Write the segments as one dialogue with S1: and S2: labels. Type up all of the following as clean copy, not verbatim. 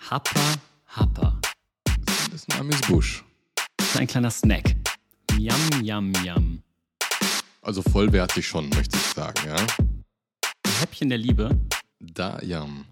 S1: Happa, Happa.
S2: Das ist ein Amüsbusch.
S1: Das ist ein kleiner Snack. Yum, yum, yum.
S2: Also vollwertig schon, möchte ich sagen, ja.
S1: Ein Häppchen der Liebe.
S2: Da, yum.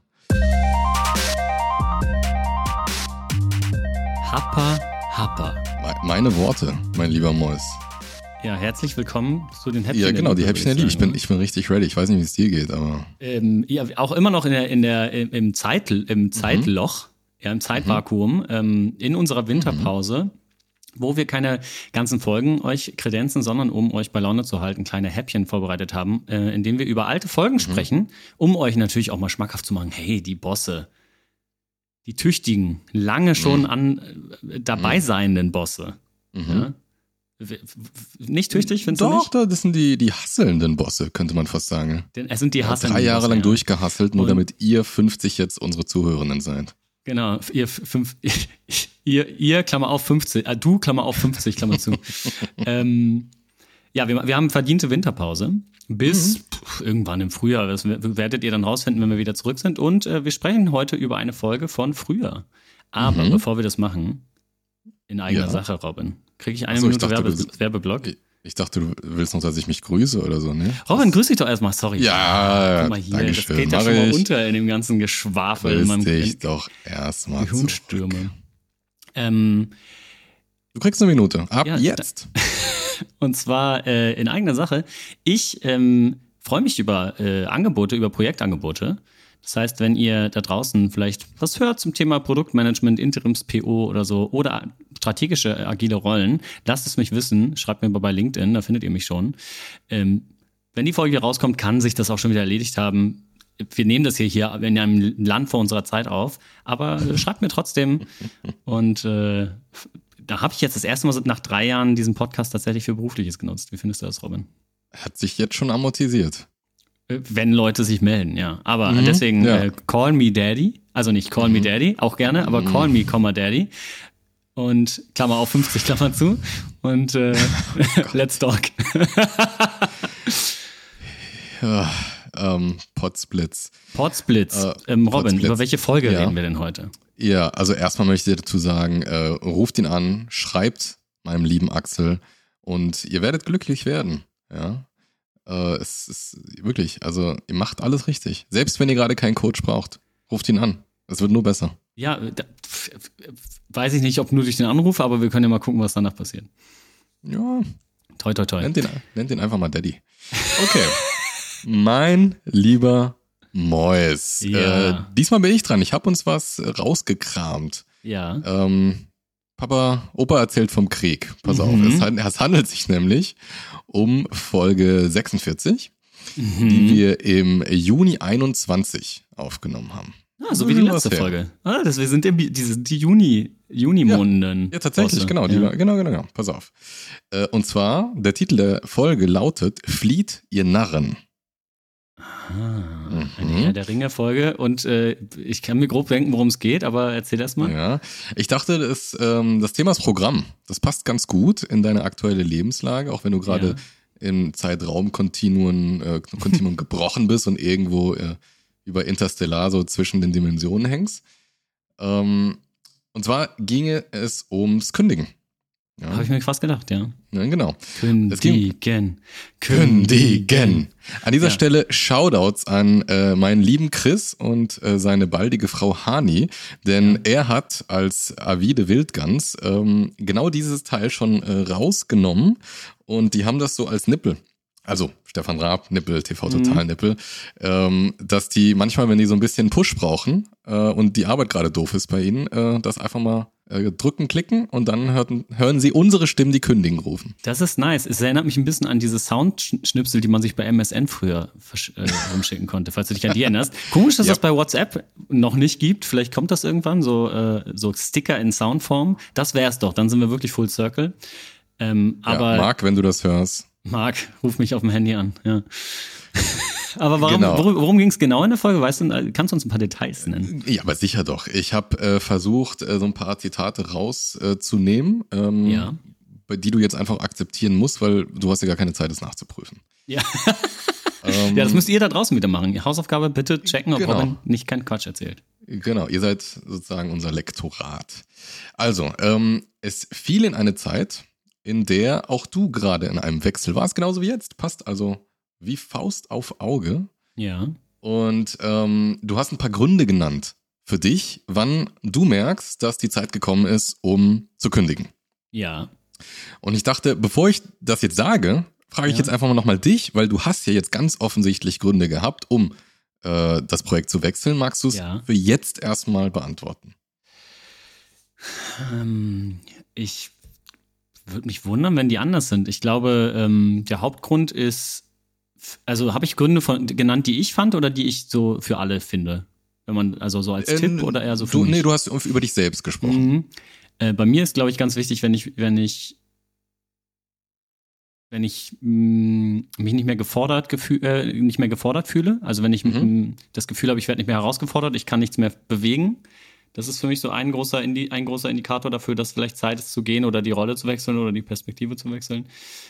S1: Happa, Happa.
S2: Meine Worte, mein lieber Mois.
S1: Ja, herzlich willkommen zu den Häppchen
S2: der Liebe. Ja, genau, die Häppchen der Liebe. Ich bin richtig ready. Ich weiß nicht, wie es dir geht, aber...
S1: Ja, auch immer noch im Zeitloch, ja, im Zeitvakuum, in unserer Winterpause, wo wir keine ganzen Folgen euch kredenzen, sondern um euch bei Laune zu halten, kleine Häppchen vorbereitet haben, in denen wir über alte Folgen sprechen, um euch natürlich auch mal schmackhaft zu machen, hey, die Bosse, die tüchtigen, lange schon dabei seienden Bosse, ja? Nicht tüchtig, findest du nicht?
S2: Doch, das sind die hasselnden Bosse, könnte man fast sagen.
S1: Es sind die hasselnden
S2: 3 Jahre
S1: Bosse,
S2: lang durchgehasselt, nur damit ihr 50 jetzt unsere Zuhörenden seid.
S1: Genau, ihr Klammer auf 50, du Klammer auf 50, Klammer zu. Ja, wir haben verdiente Winterpause bis irgendwann im Frühjahr. Das werdet ihr dann rausfinden, wenn wir wieder zurück sind. Und wir sprechen heute über eine Folge von früher. Aber bevor wir das machen, in eigener Sache, Robin, kriege ich eine Minute Werbeblock?
S2: Ich dachte, du willst noch, dass ich mich grüße oder so, ne?
S1: Robin, grüß dich doch erstmal, sorry.
S2: Ja,
S1: guck mal hier,
S2: Dankeschön.
S1: Das geht ja schon mal unter in dem ganzen Geschwafel.
S2: Grüß dich doch erstmal.
S1: Die Hundstürme.
S2: Du kriegst eine Minute. Ab jetzt.
S1: Und zwar in eigener Sache. Ich freue mich über Angebote, über Projektangebote. Das heißt, wenn ihr da draußen vielleicht was hört zum Thema Produktmanagement, Interims-PO oder so oder strategische agile Rollen, lasst es mich wissen. Schreibt mir mal bei LinkedIn, da findet ihr mich schon. Wenn die Folge hier rauskommt, kann sich das auch schon wieder erledigt haben. Wir nehmen das hier in einem Land vor unserer Zeit auf, aber schreibt mir trotzdem. Und da habe ich jetzt das erste Mal nach 3 Jahren diesen Podcast tatsächlich für Berufliches genutzt. Wie findest du das, Robin?
S2: Hat sich jetzt schon amortisiert.
S1: Wenn Leute sich melden, ja. Aber deswegen call me Daddy. Also nicht call me Daddy, auch gerne, aber call me, Daddy. Und Klammer auf 50, Klammer zu. Und let's talk.
S2: Ja, Podsplitz.
S1: Robin, über welche Folge reden wir denn heute?
S2: Ja, also erstmal möchte ich dazu sagen, ruft ihn an, schreibt meinem lieben Axel und ihr werdet glücklich werden, ja. Es ist wirklich, also ihr macht alles richtig. Selbst wenn ihr gerade keinen Coach braucht, ruft ihn an. Es wird nur besser.
S1: Ja, weiß ich nicht, ob nur durch den Anruf, aber wir können ja mal gucken, was danach passiert.
S2: Ja.
S1: Toi, toi, toi.
S2: Nennt ihn einfach mal Daddy. Okay. Mein lieber Mois.
S1: Ja.
S2: Diesmal bin ich dran. Ich habe uns was rausgekramt.
S1: Ja.
S2: Opa erzählt vom Krieg. Pass auf, es handelt sich nämlich um Folge 46, die wir im Juni 21 aufgenommen haben.
S1: Ah, so wie die letzte Folge. Wir sind die Juni-Monden.
S2: Ja, tatsächlich, genau. Genau. Pass auf. Und zwar, der Titel der Folge lautet Flieht, ihr Narren.
S1: Eine Herr der Ringe-Folge und ich kann mir grob denken, worum es geht, aber erzähl erst mal.
S2: Ja, ich dachte, das Thema ist Programm. Das passt ganz gut in deine aktuelle Lebenslage, auch wenn du gerade im Zeitraumkontinuum gebrochen bist und irgendwo über Interstellar so zwischen den Dimensionen hängst. Und zwar ginge es ums Kündigen. Ja.
S1: Habe ich mir fast gedacht, ja.
S2: Ja, genau.
S1: Kündigen.
S2: An dieser Stelle Shoutouts an meinen lieben Chris und seine baldige Frau Hani, denn er hat als avide Wildgans genau dieses Teil schon rausgenommen und die haben das so als Nippel. Also Stefan Raab, Nippel, TV Total Nippel, dass die manchmal, wenn die so ein bisschen Push brauchen und die Arbeit gerade doof ist bei ihnen, das einfach mal drücken, klicken und dann hören sie unsere Stimmen, die Kündigen rufen.
S1: Das ist nice. Es erinnert mich ein bisschen an diese Soundschnipsel, die man sich bei MSN früher rumschicken konnte, falls du dich an die erinnerst. Komisch, dass das bei WhatsApp noch nicht gibt. Vielleicht kommt das irgendwann, so Sticker in Soundform. Das wär's doch, dann sind wir wirklich Full Circle. Aber
S2: Marc, wenn du das hörst.
S1: Marc, ruf mich auf dem Handy an, ja. Aber worum ging es genau in der Folge? Weißt du, kannst du uns ein paar Details nennen?
S2: Ja, aber sicher doch. Ich habe versucht, so ein paar Zitate rauszunehmen, die du jetzt einfach akzeptieren musst, weil du hast ja gar keine Zeit, das nachzuprüfen.
S1: Ja. Ja, das müsst ihr da draußen wieder machen. Hausaufgabe, bitte checken, ob Robin nicht keinen Quatsch erzählt.
S2: Genau, ihr seid sozusagen unser Lektorat. Also, es fiel in eine Zeit, in der auch du gerade in einem Wechsel warst, genauso wie jetzt. Passt also wie Faust auf Auge.
S1: Ja.
S2: Und du hast ein paar Gründe genannt für dich, wann du merkst, dass die Zeit gekommen ist, um zu kündigen.
S1: Ja.
S2: Und ich dachte, bevor ich das jetzt sage, frage ich jetzt einfach mal nochmal dich, weil du hast ja jetzt ganz offensichtlich Gründe gehabt, um das Projekt zu wechseln. Magst du es für jetzt erstmal beantworten?
S1: Ich würde mich wundern, wenn die anders sind. Ich glaube, der Hauptgrund ist, also habe ich Gründe genannt, die ich fand oder die ich so für alle finde? Wenn man, also so als Tipp oder eher so für mich?
S2: Nee, du hast über dich selbst gesprochen.
S1: Bei mir ist, glaube ich, ganz wichtig, wenn ich mich nicht mehr gefordert fühle, also wenn ich das Gefühl habe, ich werde nicht mehr herausgefordert, ich kann nichts mehr bewegen. Das ist für mich so ein großer Indikator dafür, dass vielleicht Zeit ist zu gehen oder die Rolle zu wechseln oder die Perspektive zu wechseln.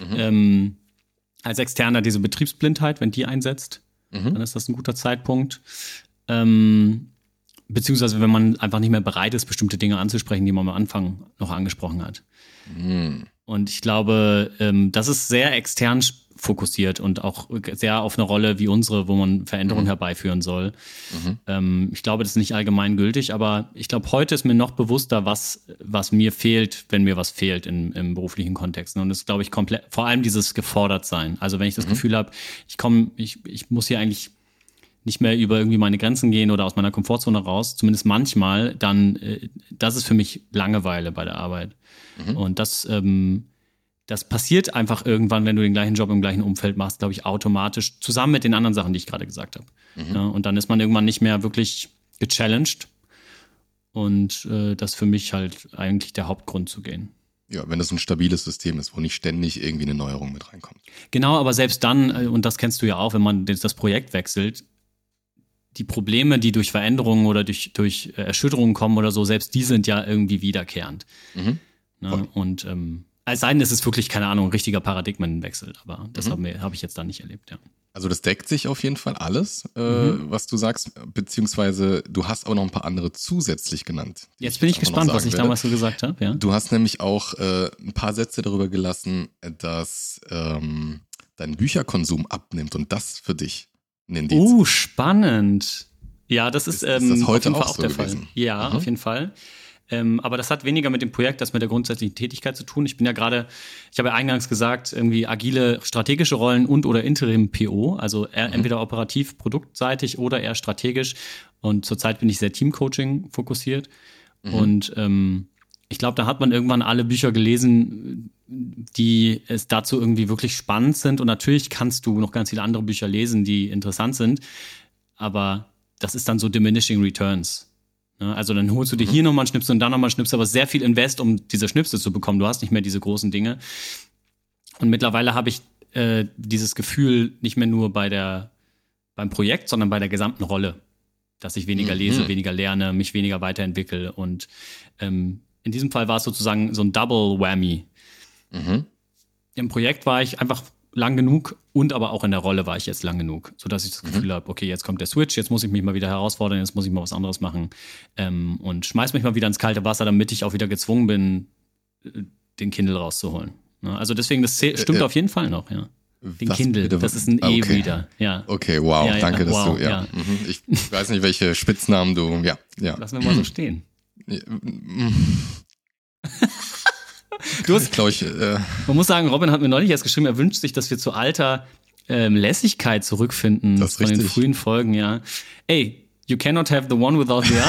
S1: Als Externer diese Betriebsblindheit, wenn die einsetzt, dann ist das ein guter Zeitpunkt. Beziehungsweise wenn man einfach nicht mehr bereit ist, bestimmte Dinge anzusprechen, die man am Anfang noch angesprochen hat. Und ich glaube, das ist sehr extern fokussiert und auch sehr auf eine Rolle wie unsere, wo man Veränderungen herbeiführen soll. Ich glaube, das ist nicht allgemein gültig, aber ich glaube, heute ist mir noch bewusster, was mir fehlt, wenn mir was fehlt im beruflichen Kontext. Und das ist, glaube ich, komplett, vor allem dieses gefordert sein. Also wenn ich das Gefühl habe, ich muss hier eigentlich nicht mehr über irgendwie meine Grenzen gehen oder aus meiner Komfortzone raus, zumindest manchmal, dann das ist für mich Langeweile bei der Arbeit. Und das passiert einfach irgendwann, wenn du den gleichen Job im gleichen Umfeld machst, glaube ich, automatisch, zusammen mit den anderen Sachen, die ich gerade gesagt habe. Ja, und dann ist man irgendwann nicht mehr wirklich gechallenged. Und das ist für mich halt eigentlich der Hauptgrund zu gehen.
S2: Ja, wenn das ein stabiles System ist, wo nicht ständig irgendwie eine Neuerung mit reinkommt.
S1: Genau, aber selbst dann, und das kennst du ja auch, wenn man das Projekt wechselt, die Probleme, die durch Veränderungen oder durch Erschütterungen kommen oder so, selbst die sind ja irgendwie wiederkehrend. Ne? Und es sei denn, es ist wirklich, keine Ahnung, ein richtiger Paradigmenwechsel, aber das habe ich jetzt da nicht erlebt, ja.
S2: Also das deckt sich auf jeden Fall alles, was du sagst, beziehungsweise du hast aber noch ein paar andere zusätzlich genannt.
S1: Jetzt bin ich gespannt, was ich damals so gesagt habe. Ja?
S2: Du hast nämlich auch ein paar Sätze darüber gelassen, dass dein Bücherkonsum abnimmt und das für dich ein Indiz.
S1: Spannend. Ja, das ist
S2: das heute
S1: auf jeden Fall
S2: auch
S1: auch
S2: so
S1: der
S2: gewesen?
S1: Fall. Ja, auf jeden Fall. Aber das hat weniger mit dem Projekt als mit der grundsätzlichen Tätigkeit zu tun. Ich habe ja eingangs gesagt, irgendwie agile strategische Rollen und oder Interim-PO, also entweder operativ, produktseitig oder eher strategisch. Und zurzeit bin ich sehr Teamcoaching fokussiert. Und ich glaube, da hat man irgendwann alle Bücher gelesen, die es dazu irgendwie wirklich spannend sind. Und natürlich kannst du noch ganz viele andere Bücher lesen, die interessant sind. Aber das ist dann so diminishing returns. Also dann holst du dir hier nochmal einen Schnipsel und da nochmal einen Schnipsel, aber sehr viel Invest, um diese Schnipsel zu bekommen. Du hast nicht mehr diese großen Dinge. Und mittlerweile habe ich dieses Gefühl nicht mehr nur beim Projekt, sondern bei der gesamten Rolle. Dass ich weniger lese, weniger lerne, mich weniger weiterentwickle. Und in diesem Fall war es sozusagen so ein Double Whammy. Im Projekt war ich einfach lang genug und aber auch in der Rolle war ich jetzt lang genug, sodass ich das Gefühl habe, okay, jetzt kommt der Switch, jetzt muss ich mich mal wieder herausfordern, jetzt muss ich mal was anderes machen und schmeiß mich mal wieder ins kalte Wasser, damit ich auch wieder gezwungen bin, den Kindle rauszuholen. Also deswegen, das stimmt auf jeden Fall noch, ja. Den Kindle, bitte? Das ist ein E-Reader, ja.
S2: Okay, wow, ja, danke, dass du, ja. Ich weiß nicht, welche Spitznamen du, ja.
S1: Lassen wir mal so stehen. Du hast, man muss sagen, Robin hat mir neulich erst geschrieben, er wünscht sich, dass wir zu alter Lässigkeit zurückfinden
S2: das
S1: von den frühen Folgen, ja. Ey, you cannot have the one without the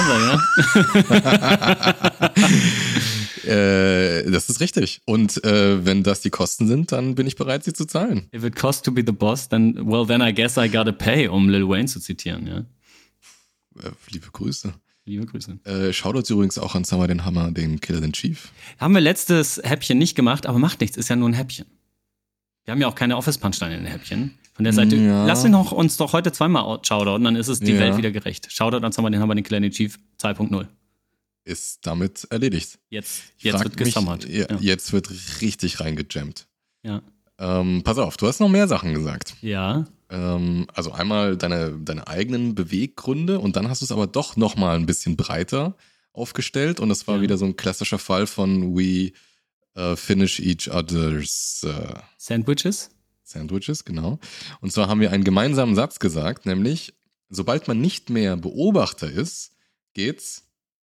S1: other,
S2: ja. Das ist richtig. Und wenn das die Kosten sind, dann bin ich bereit, sie zu zahlen.
S1: If it costs to be the boss, then I guess I gotta pay, um Lil Wayne zu zitieren, ja.
S2: Liebe Grüße.
S1: Liebe Grüße.
S2: Shoutouts übrigens auch an Summer den Hammer, den Killer, den Chief.
S1: Haben wir letztes Häppchen nicht gemacht, aber macht nichts, ist ja nur ein Häppchen. Wir haben ja auch keine Office-Punchline in den Häppchen. Von der Seite, lass uns doch heute zweimal shoutouten, dann ist es die Welt wieder gerecht. Shoutout an Summer den Hammer, den Killer, den Chief 2.0.
S2: Ist damit erledigt.
S1: Jetzt wird gesummert.
S2: Jetzt wird richtig reingejammt.
S1: Ja.
S2: Pass auf, du hast noch mehr Sachen gesagt.
S1: Ja.
S2: Also einmal deine eigenen Beweggründe und dann hast du es aber doch nochmal ein bisschen breiter aufgestellt und das war wieder so ein klassischer Fall von we finish each other's
S1: Sandwiches,
S2: genau. Und zwar haben wir einen gemeinsamen Satz gesagt, nämlich, sobald man nicht mehr Beobachter ist, geht's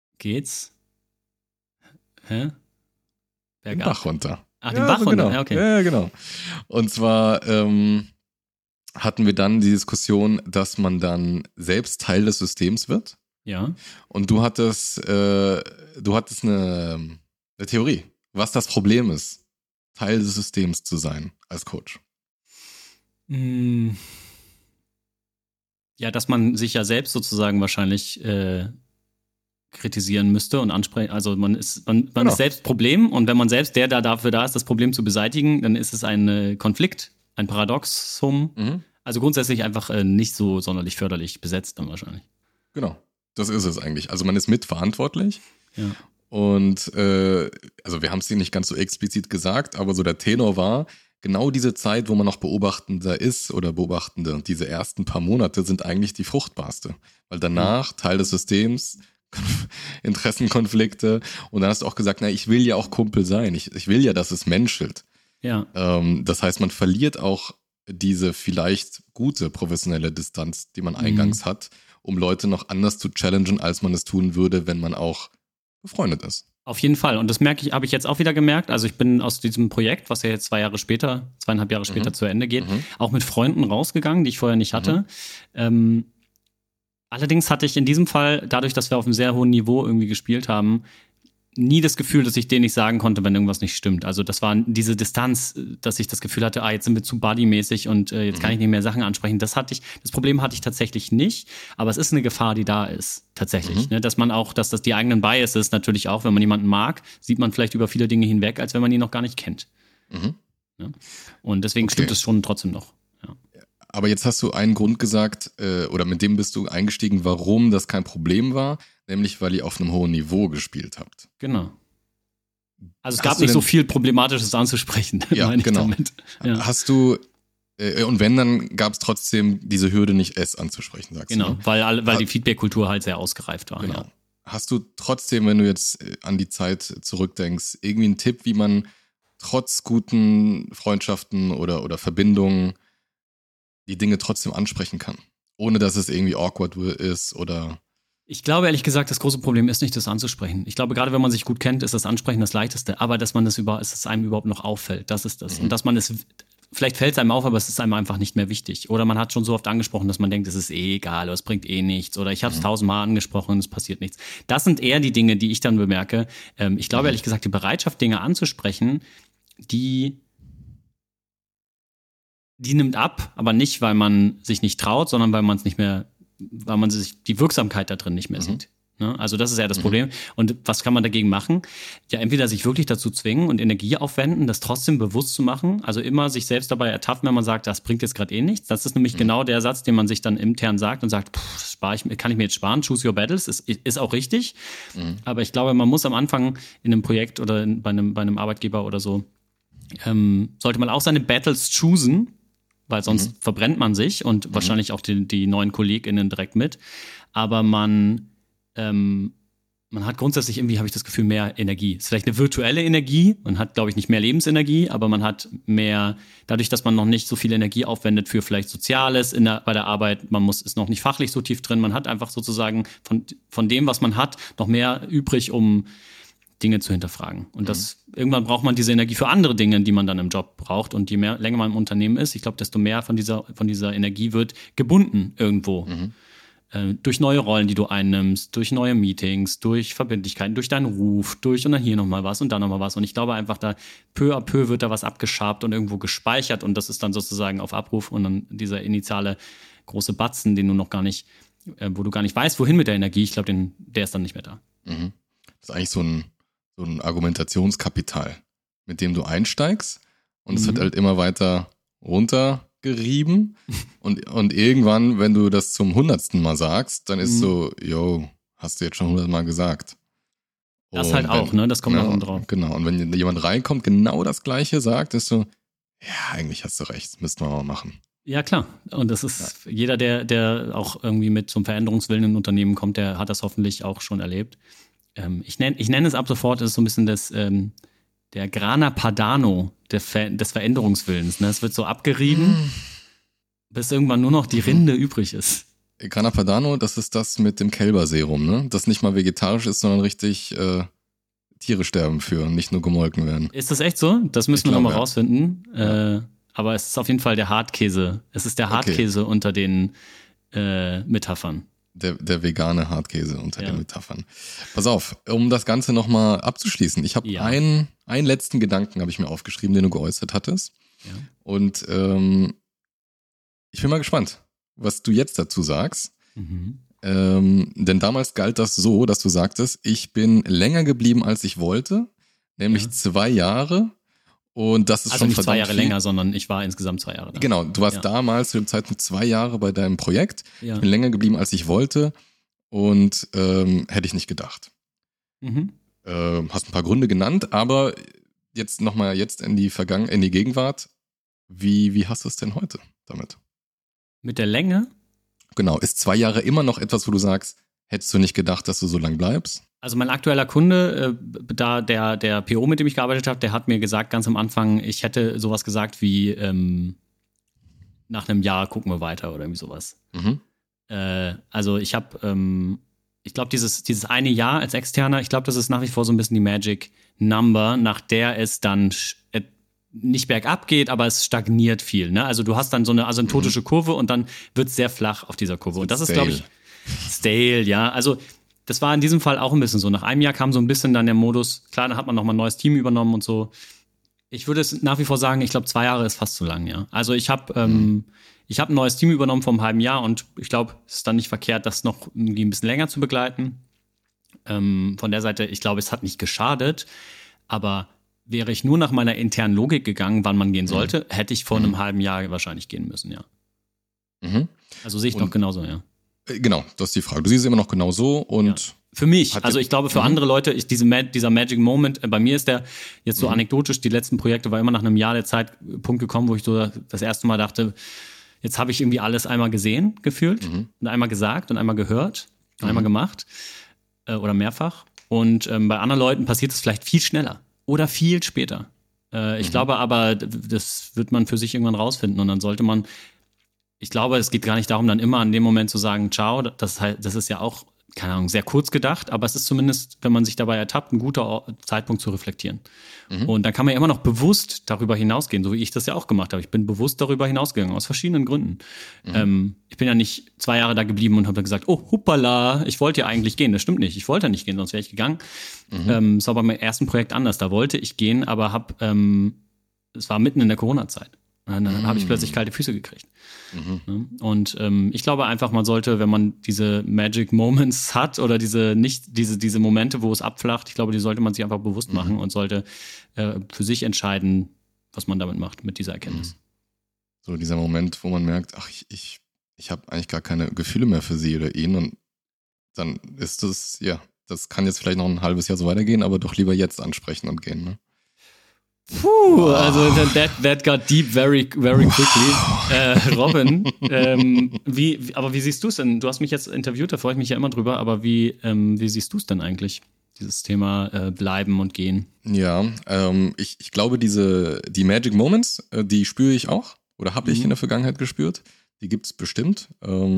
S1: den
S2: Bach runter.
S1: Ach, den Bach runter,
S2: genau.
S1: Ja, okay.
S2: Ja, genau. Und zwar hatten wir dann die Diskussion, dass man dann selbst Teil des Systems wird.
S1: Ja.
S2: Und du hattest eine Theorie, was das Problem ist, Teil des Systems zu sein als Coach.
S1: Ja, dass man sich ja selbst sozusagen wahrscheinlich kritisieren müsste und ansprechen. Also man ist selbst Problem und wenn man selbst dafür da ist, das Problem zu beseitigen, dann ist es ein Konflikt, ein Paradoxum. Also grundsätzlich einfach nicht so sonderlich förderlich besetzt dann wahrscheinlich.
S2: Genau, das ist es eigentlich. Also man ist mitverantwortlich.
S1: Ja.
S2: Und also wir haben es dir nicht ganz so explizit gesagt, aber so der Tenor war, genau diese Zeit, wo man noch Beobachtender ist oder Beobachtende, diese ersten paar Monate sind eigentlich die fruchtbarste. Weil danach Teil des Systems, Interessenkonflikte und dann hast du auch gesagt, na, ich will ja auch Kumpel sein. Ich will ja, dass es menschelt.
S1: Ja.
S2: Das heißt, man verliert auch diese vielleicht gute professionelle Distanz, die man eingangs hat, um Leute noch anders zu challengen, als man es tun würde, wenn man auch befreundet ist.
S1: Auf jeden Fall. Und das habe ich jetzt auch wieder gemerkt. Also ich bin aus diesem Projekt, was ja jetzt 2,5 Jahre später zu Ende geht, auch mit Freunden rausgegangen, die ich vorher nicht hatte. Allerdings hatte ich in diesem Fall, dadurch, dass wir auf einem sehr hohen Niveau irgendwie gespielt haben, nie das Gefühl, dass ich denen nicht sagen konnte, wenn irgendwas nicht stimmt. Also das war diese Distanz, dass ich das Gefühl hatte, jetzt sind wir zu buddymäßig und jetzt kann ich nicht mehr Sachen ansprechen. Das Problem hatte ich tatsächlich nicht, aber es ist eine Gefahr, die da ist, tatsächlich. Ne? Dass das die eigenen Biases natürlich auch, wenn man jemanden mag, sieht man vielleicht über viele Dinge hinweg, als wenn man ihn noch gar nicht kennt. Ne? Und deswegen stimmt es schon trotzdem noch. Ja.
S2: Aber jetzt hast du einen Grund gesagt, oder mit dem bist du eingestiegen, warum das kein Problem war, nämlich weil ihr auf einem hohen Niveau gespielt habt.
S1: Genau. Also es gab nicht so viel Problematisches anzusprechen, meine ich damit. Ja.
S2: Hast du, und wenn, dann gab es trotzdem diese Hürde nicht anzusprechen, sagst du.
S1: Genau, weil die Feedback-Kultur halt sehr ausgereift war.
S2: Genau.
S1: Ja.
S2: Hast du trotzdem, wenn du jetzt an die Zeit zurückdenkst, irgendwie einen Tipp, wie man trotz guten Freundschaften oder Verbindungen die Dinge trotzdem ansprechen kann, ohne dass es irgendwie awkward ist oder...
S1: Ich glaube, ehrlich gesagt, das große Problem ist nicht, das anzusprechen. Ich glaube, gerade wenn man sich gut kennt, ist das Ansprechen das Leichteste. Aber dass es einem überhaupt noch auffällt, das ist das. Und dass man vielleicht fällt es einem auf, aber es ist einem einfach nicht mehr wichtig. Oder man hat schon so oft angesprochen, dass man denkt, es ist egal, oder es bringt nichts. Oder ich habe es 1000-mal angesprochen und es passiert nichts. Das sind eher die Dinge, die ich dann bemerke. Ich glaube, ehrlich gesagt, die Bereitschaft, Dinge anzusprechen, die nimmt ab, aber nicht, weil man sich nicht traut, sondern weil man sich die Wirksamkeit da drin nicht mehr sieht. Ne? Also das ist ja das Problem. Und was kann man dagegen machen? Ja, entweder sich wirklich dazu zwingen und Energie aufwenden, das trotzdem bewusst zu machen. Also immer sich selbst dabei ertappen, wenn man sagt, das bringt jetzt gerade nichts. Das ist nämlich genau der Satz, den man sich dann intern sagt und sagt, das kann ich mir jetzt sparen, choose your battles, ist auch richtig. Aber ich glaube, man muss am Anfang in einem Projekt oder bei einem Arbeitgeber oder so, sollte man auch seine Battles choosen, weil sonst verbrennt man sich und wahrscheinlich auch die neuen KollegInnen direkt mit. Aber man hat grundsätzlich irgendwie, habe ich das Gefühl, mehr Energie. Es ist vielleicht eine virtuelle Energie. Man hat, glaube ich, nicht mehr Lebensenergie, aber man hat mehr, dadurch, dass man noch nicht so viel Energie aufwendet für vielleicht Soziales bei der Arbeit, ist noch nicht fachlich so tief drin. Man hat einfach sozusagen von dem, was man hat, noch mehr übrig, um Dinge zu hinterfragen. Und irgendwann braucht man diese Energie für andere Dinge, die man dann im Job braucht. Und je länger man im Unternehmen ist, ich glaube, desto mehr von dieser Energie wird gebunden irgendwo. Durch neue Rollen, die du einnimmst, durch neue Meetings, durch Verbindlichkeiten, durch deinen Ruf, und dann hier nochmal was und dann nochmal was. Und ich glaube einfach, da peu à peu wird da was abgeschabt und irgendwo gespeichert. Und das ist dann sozusagen auf Abruf. Und dann dieser initiale große Batzen, den du noch gar nicht, wo du gar nicht weißt, wohin mit der Energie. Ich glaube, der ist dann nicht mehr da.
S2: Das ist eigentlich so ein Argumentationskapital, mit dem du einsteigst und es wird halt immer weiter runtergerieben und irgendwann, wenn du das zum 100. Mal sagst, dann ist so, hast du jetzt schon 100 Mal gesagt.
S1: Das halt auch, ne? Das kommt auch drauf.
S2: Genau, und wenn jemand reinkommt, genau das Gleiche sagt, ist so, ja, eigentlich hast du recht, das müssten wir mal machen.
S1: Ja, klar. Und das ist jeder, der auch irgendwie mit zum Veränderungswillen in ein Unternehmen kommt, der hat das hoffentlich auch schon erlebt. Ich nenn es ab sofort, das ist so ein bisschen der Grana Padano des Veränderungswillens. Ne? Es wird so abgerieben, bis irgendwann nur noch die Rinde übrig ist.
S2: Grana Padano, das ist das mit dem Kälberserum, ne? Das nicht mal vegetarisch ist, sondern richtig Tiere sterben für, nicht nur gemolken werden.
S1: Ist das echt so? Das müssen wir nochmal rausfinden.
S2: Ja.
S1: Aber es ist auf jeden Fall der Hartkäse. Es ist der Hartkäse unter den Metaphern.
S2: Der vegane Hartkäse unter den Metaphern. Pass auf, um das Ganze nochmal abzuschließen. Ich habe einen letzten Gedanken habe ich mir aufgeschrieben, den du geäußert hattest. Ja. Und ich bin mal gespannt, was du jetzt dazu sagst. Mhm. Denn damals galt das so, dass du sagtest, ich bin länger geblieben, als ich wollte, nämlich 2 Jahre. Und das ist
S1: also
S2: schon
S1: nicht 2 Jahre länger, sondern ich war insgesamt 2 Jahre da.
S2: Genau, du warst damals zu dem Zeitpunkt 2 Jahre bei deinem Projekt. Ja. Ich bin länger geblieben, als ich wollte und hätte ich nicht gedacht. Mhm. Hast ein paar Gründe genannt, aber jetzt nochmal in die Gegenwart. Wie hast du es denn heute damit?
S1: Mit der Länge?
S2: Genau, ist 2 Jahre immer noch etwas, wo du sagst, hättest du nicht gedacht, dass du so lang bleibst?
S1: Also mein aktueller Kunde, der PO, mit dem ich gearbeitet habe, der hat mir gesagt ganz am Anfang, ich hätte sowas gesagt wie nach einem Jahr gucken wir weiter oder irgendwie sowas. Mhm. Also ich habe, ich glaube dieses eine Jahr als Externer, ich glaube, das ist nach wie vor so ein bisschen die Magic Number, nach der es dann nicht bergab geht, aber es stagniert viel. Ne? Also du hast dann so eine asymptotische Kurve und dann wird es sehr flach auf dieser Kurve. Und das ist, glaube ich, stale, ja. Also das war in diesem Fall auch ein bisschen so. Nach einem Jahr kam so ein bisschen dann der Modus, klar, dann hat man nochmal ein neues Team übernommen und so. Ich würde es nach wie vor sagen, ich glaube, 2 Jahre ist fast zu lang, ja. Also ich habe ein neues Team übernommen vor einem halben Jahr und ich glaube, es ist dann nicht verkehrt, das noch irgendwie ein bisschen länger zu begleiten. Von der Seite, ich glaube, es hat nicht geschadet, aber wäre ich nur nach meiner internen Logik gegangen, wann man gehen sollte, hätte ich vor einem halben Jahr wahrscheinlich gehen müssen, ja. Mhm. Also sehe ich noch genauso, ja.
S2: Genau, das ist die Frage. Du siehst es immer noch genau so und
S1: ja. Für mich, also ich glaube für andere Leute ist dieser Magic Moment, bei mir ist der jetzt so anekdotisch, die letzten Projekte war immer nach einem Jahr der Zeitpunkt gekommen, wo ich so das erste Mal dachte, jetzt habe ich irgendwie alles einmal gesehen, gefühlt und einmal gesagt und einmal gehört und einmal gemacht oder mehrfach und bei anderen Leuten passiert es vielleicht viel schneller oder viel später. Ich glaube aber, das wird man für sich irgendwann rausfinden und dann sollte man, ich glaube, es geht gar nicht darum, dann immer an dem Moment zu sagen, ciao, das ist ja auch, keine Ahnung, sehr kurz gedacht, aber es ist zumindest, wenn man sich dabei ertappt, ein guter Zeitpunkt zu reflektieren. Und dann kann man ja immer noch bewusst darüber hinausgehen, so wie ich das ja auch gemacht habe. Ich bin bewusst darüber hinausgegangen, aus verschiedenen Gründen. Ich bin ja nicht 2 Jahre da geblieben und habe dann gesagt, oh, hoppala, ich wollte ja eigentlich gehen. Das stimmt nicht, ich wollte ja nicht gehen, sonst wäre ich gegangen. Es war bei meinem ersten Projekt anders, da wollte ich gehen, aber es war mitten in der Corona-Zeit. Dann habe ich plötzlich kalte Füße gekriegt. Und ich glaube einfach, man sollte, wenn man diese Magic Moments hat oder diese Momente, wo es abflacht, ich glaube, die sollte man sich einfach bewusst machen und sollte für sich entscheiden, was man damit macht, mit dieser Erkenntnis.
S2: So dieser Moment, wo man merkt, ach, ich habe eigentlich gar keine Gefühle mehr für sie oder ihn und dann ist das, ja, das kann jetzt vielleicht noch ein halbes Jahr so weitergehen, aber doch lieber jetzt ansprechen und gehen, ne?
S1: Puh, also that got deep very, very quickly. Robin, wie siehst du es denn? Du hast mich jetzt interviewt, da freue ich mich ja immer drüber, aber wie siehst du es denn eigentlich, dieses Thema bleiben und gehen?
S2: Ja, ich glaube, die Magic Moments, die spüre ich auch oder habe ich in der Vergangenheit gespürt. Die gibt es bestimmt.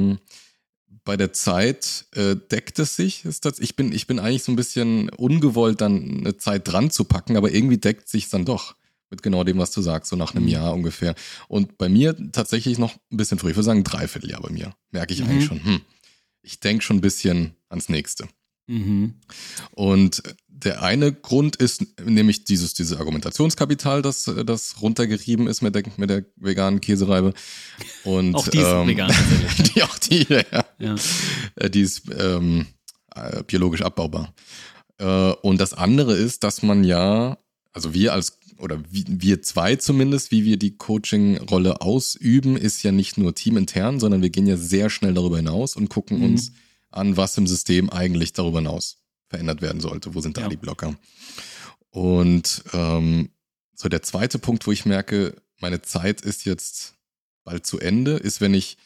S2: Bei der Zeit deckt es sich. Ich bin eigentlich so ein bisschen ungewollt, dann eine Zeit dran zu packen, aber irgendwie deckt sich dann doch mit genau dem, was du sagst, so nach einem Jahr ungefähr. Und bei mir tatsächlich noch ein bisschen früh. Ich würde sagen, 3/4 Jahr bei mir. Merke ich eigentlich schon. Ich denke schon ein bisschen ans Nächste. Und der eine Grund ist nämlich dieses Argumentationskapital, das runtergerieben ist mit der veganen Käsereibe. Und,
S1: auch die ist vegan tatsächlich.
S2: Die ist biologisch abbaubar. Und das andere ist, dass man ja, also wir zwei zumindest, wie wir die Coaching-Rolle ausüben, ist ja nicht nur teamintern, sondern wir gehen ja sehr schnell darüber hinaus und gucken uns an, was im System eigentlich darüber hinaus verändert werden sollte. Wo sind da die Blocker? Und so der zweite Punkt, wo ich merke, meine Zeit ist jetzt bald zu Ende, ist, wenn ich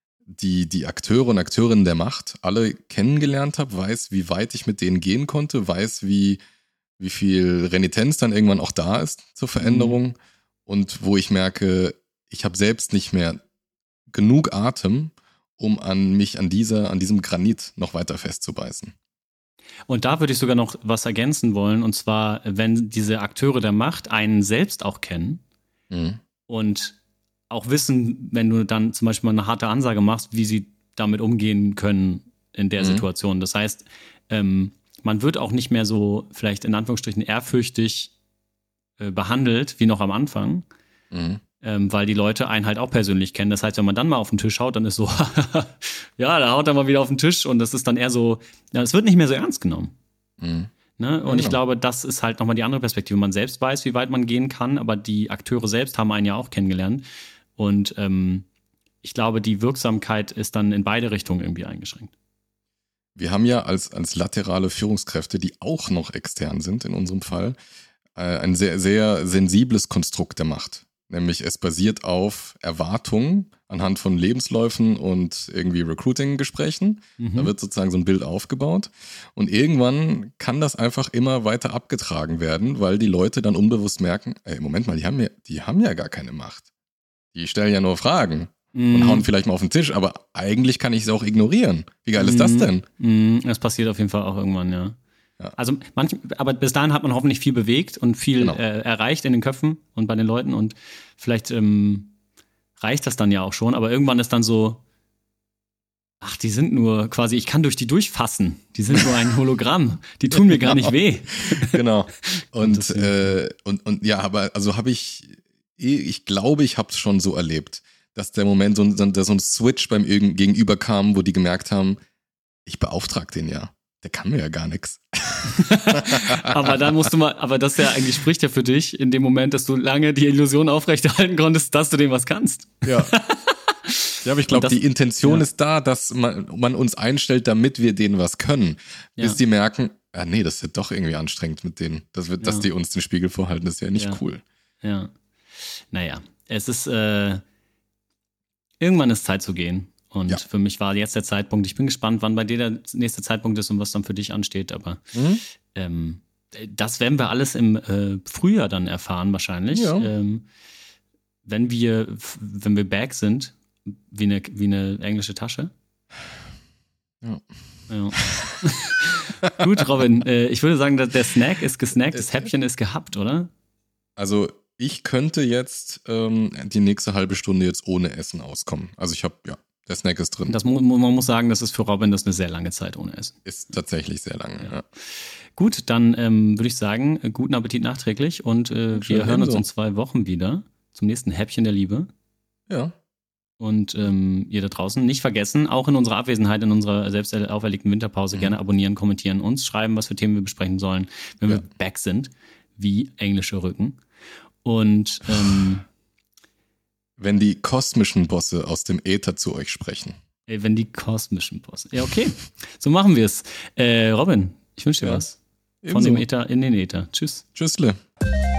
S2: die Akteure und Akteurinnen der Macht alle kennengelernt habe, weiß, wie weit ich mit denen gehen konnte, weiß, wie viel Renitenz dann irgendwann auch da ist zur Veränderung und wo ich merke, ich habe selbst nicht mehr genug Atem, um an diesem Granit noch weiter festzubeißen.
S1: Und da würde ich sogar noch was ergänzen wollen, und zwar, wenn diese Akteure der Macht einen selbst auch kennen und auch wissen, wenn du dann zum Beispiel mal eine harte Ansage machst, wie sie damit umgehen können in der Situation. Das heißt, man wird auch nicht mehr so vielleicht in Anführungsstrichen ehrfürchtig behandelt wie noch am Anfang, weil die Leute einen halt auch persönlich kennen. Das heißt, wenn man dann mal auf den Tisch haut, dann ist so, ja, da haut er mal wieder auf den Tisch und das ist dann eher so, ja, es wird nicht mehr so ernst genommen. Ne? Und ich glaube, das ist halt nochmal die andere Perspektive. Man selbst weiß, wie weit man gehen kann, aber die Akteure selbst haben einen ja auch kennengelernt. Und ich glaube, die Wirksamkeit ist dann in beide Richtungen irgendwie eingeschränkt.
S2: Wir haben ja als laterale Führungskräfte, die auch noch extern sind in unserem Fall, ein sehr, sehr sensibles Konstrukt der Macht. Nämlich es basiert auf Erwartungen anhand von Lebensläufen und irgendwie Recruiting-Gesprächen. Da wird sozusagen so ein Bild aufgebaut. Und irgendwann kann das einfach immer weiter abgetragen werden, weil die Leute dann unbewusst merken, ey, Moment mal, die haben ja gar keine Macht. Die stellen ja nur Fragen und hauen vielleicht mal auf den Tisch, aber eigentlich kann ich es auch ignorieren. Wie geil ist das denn?
S1: Das passiert auf jeden Fall auch irgendwann, ja. Also aber bis dahin hat man hoffentlich viel bewegt und viel erreicht in den Köpfen und bei den Leuten und vielleicht reicht das dann ja auch schon, aber irgendwann ist dann so, ach, die sind nur quasi, ich kann durch die durchfassen, die sind nur ein Hologramm, die tun mir gar nicht weh.
S2: Genau. Und ja, aber also ich glaube, ich habe es schon so erlebt, dass der Moment so ein Switch beim Gegenüber kam, wo die gemerkt haben, ich beauftrage den ja. Der kann mir ja gar nichts.
S1: Aber dann aber das ja eigentlich spricht ja für dich in dem Moment, dass du lange die Illusion aufrechterhalten konntest, dass du dem was kannst.
S2: Ja. Ja, aber ich glaube, die Intention ist da, dass man uns einstellt, damit wir denen was können. Bis die merken, nee, das wird doch irgendwie anstrengend mit denen. Dass die uns den Spiegel vorhalten, das ist ja nicht cool.
S1: Ja. Naja, es ist irgendwann ist Zeit zu gehen. Und für mich war jetzt der Zeitpunkt. Ich bin gespannt, wann bei dir der nächste Zeitpunkt ist und was dann für dich ansteht. Aber das werden wir alles im Frühjahr dann erfahren wahrscheinlich. Ja. Wenn wir back sind, wie eine englische Tasche. Ja. Gut, Robin, ich würde sagen, der Snack ist gesnackt, das Häppchen ist gehabt, oder?
S2: Also ich könnte jetzt die nächste halbe Stunde jetzt ohne Essen auskommen. Also der Snack ist drin.
S1: Man muss sagen, das ist für Robin eine sehr lange Zeit ohne Essen.
S2: Ist tatsächlich sehr lange, ja.
S1: Gut, dann würde ich sagen, guten Appetit nachträglich und wir hören uns in 2 Wochen wieder zum nächsten Häppchen der Liebe.
S2: Ja.
S1: Und ihr da draußen nicht vergessen, auch in unserer Abwesenheit, in unserer selbst auferlegten Winterpause gerne abonnieren, kommentieren, uns schreiben, was für Themen wir besprechen sollen, wenn wir back sind, wie englische Rücken. Und
S2: wenn die kosmischen Bosse aus dem Äther zu euch sprechen.
S1: Wenn die kosmischen Bosse. Ja, okay. So machen wir es. Robin, ich wünsche dir was. Von dem Äther in den Äther. Tschüss.
S2: Tschüssle.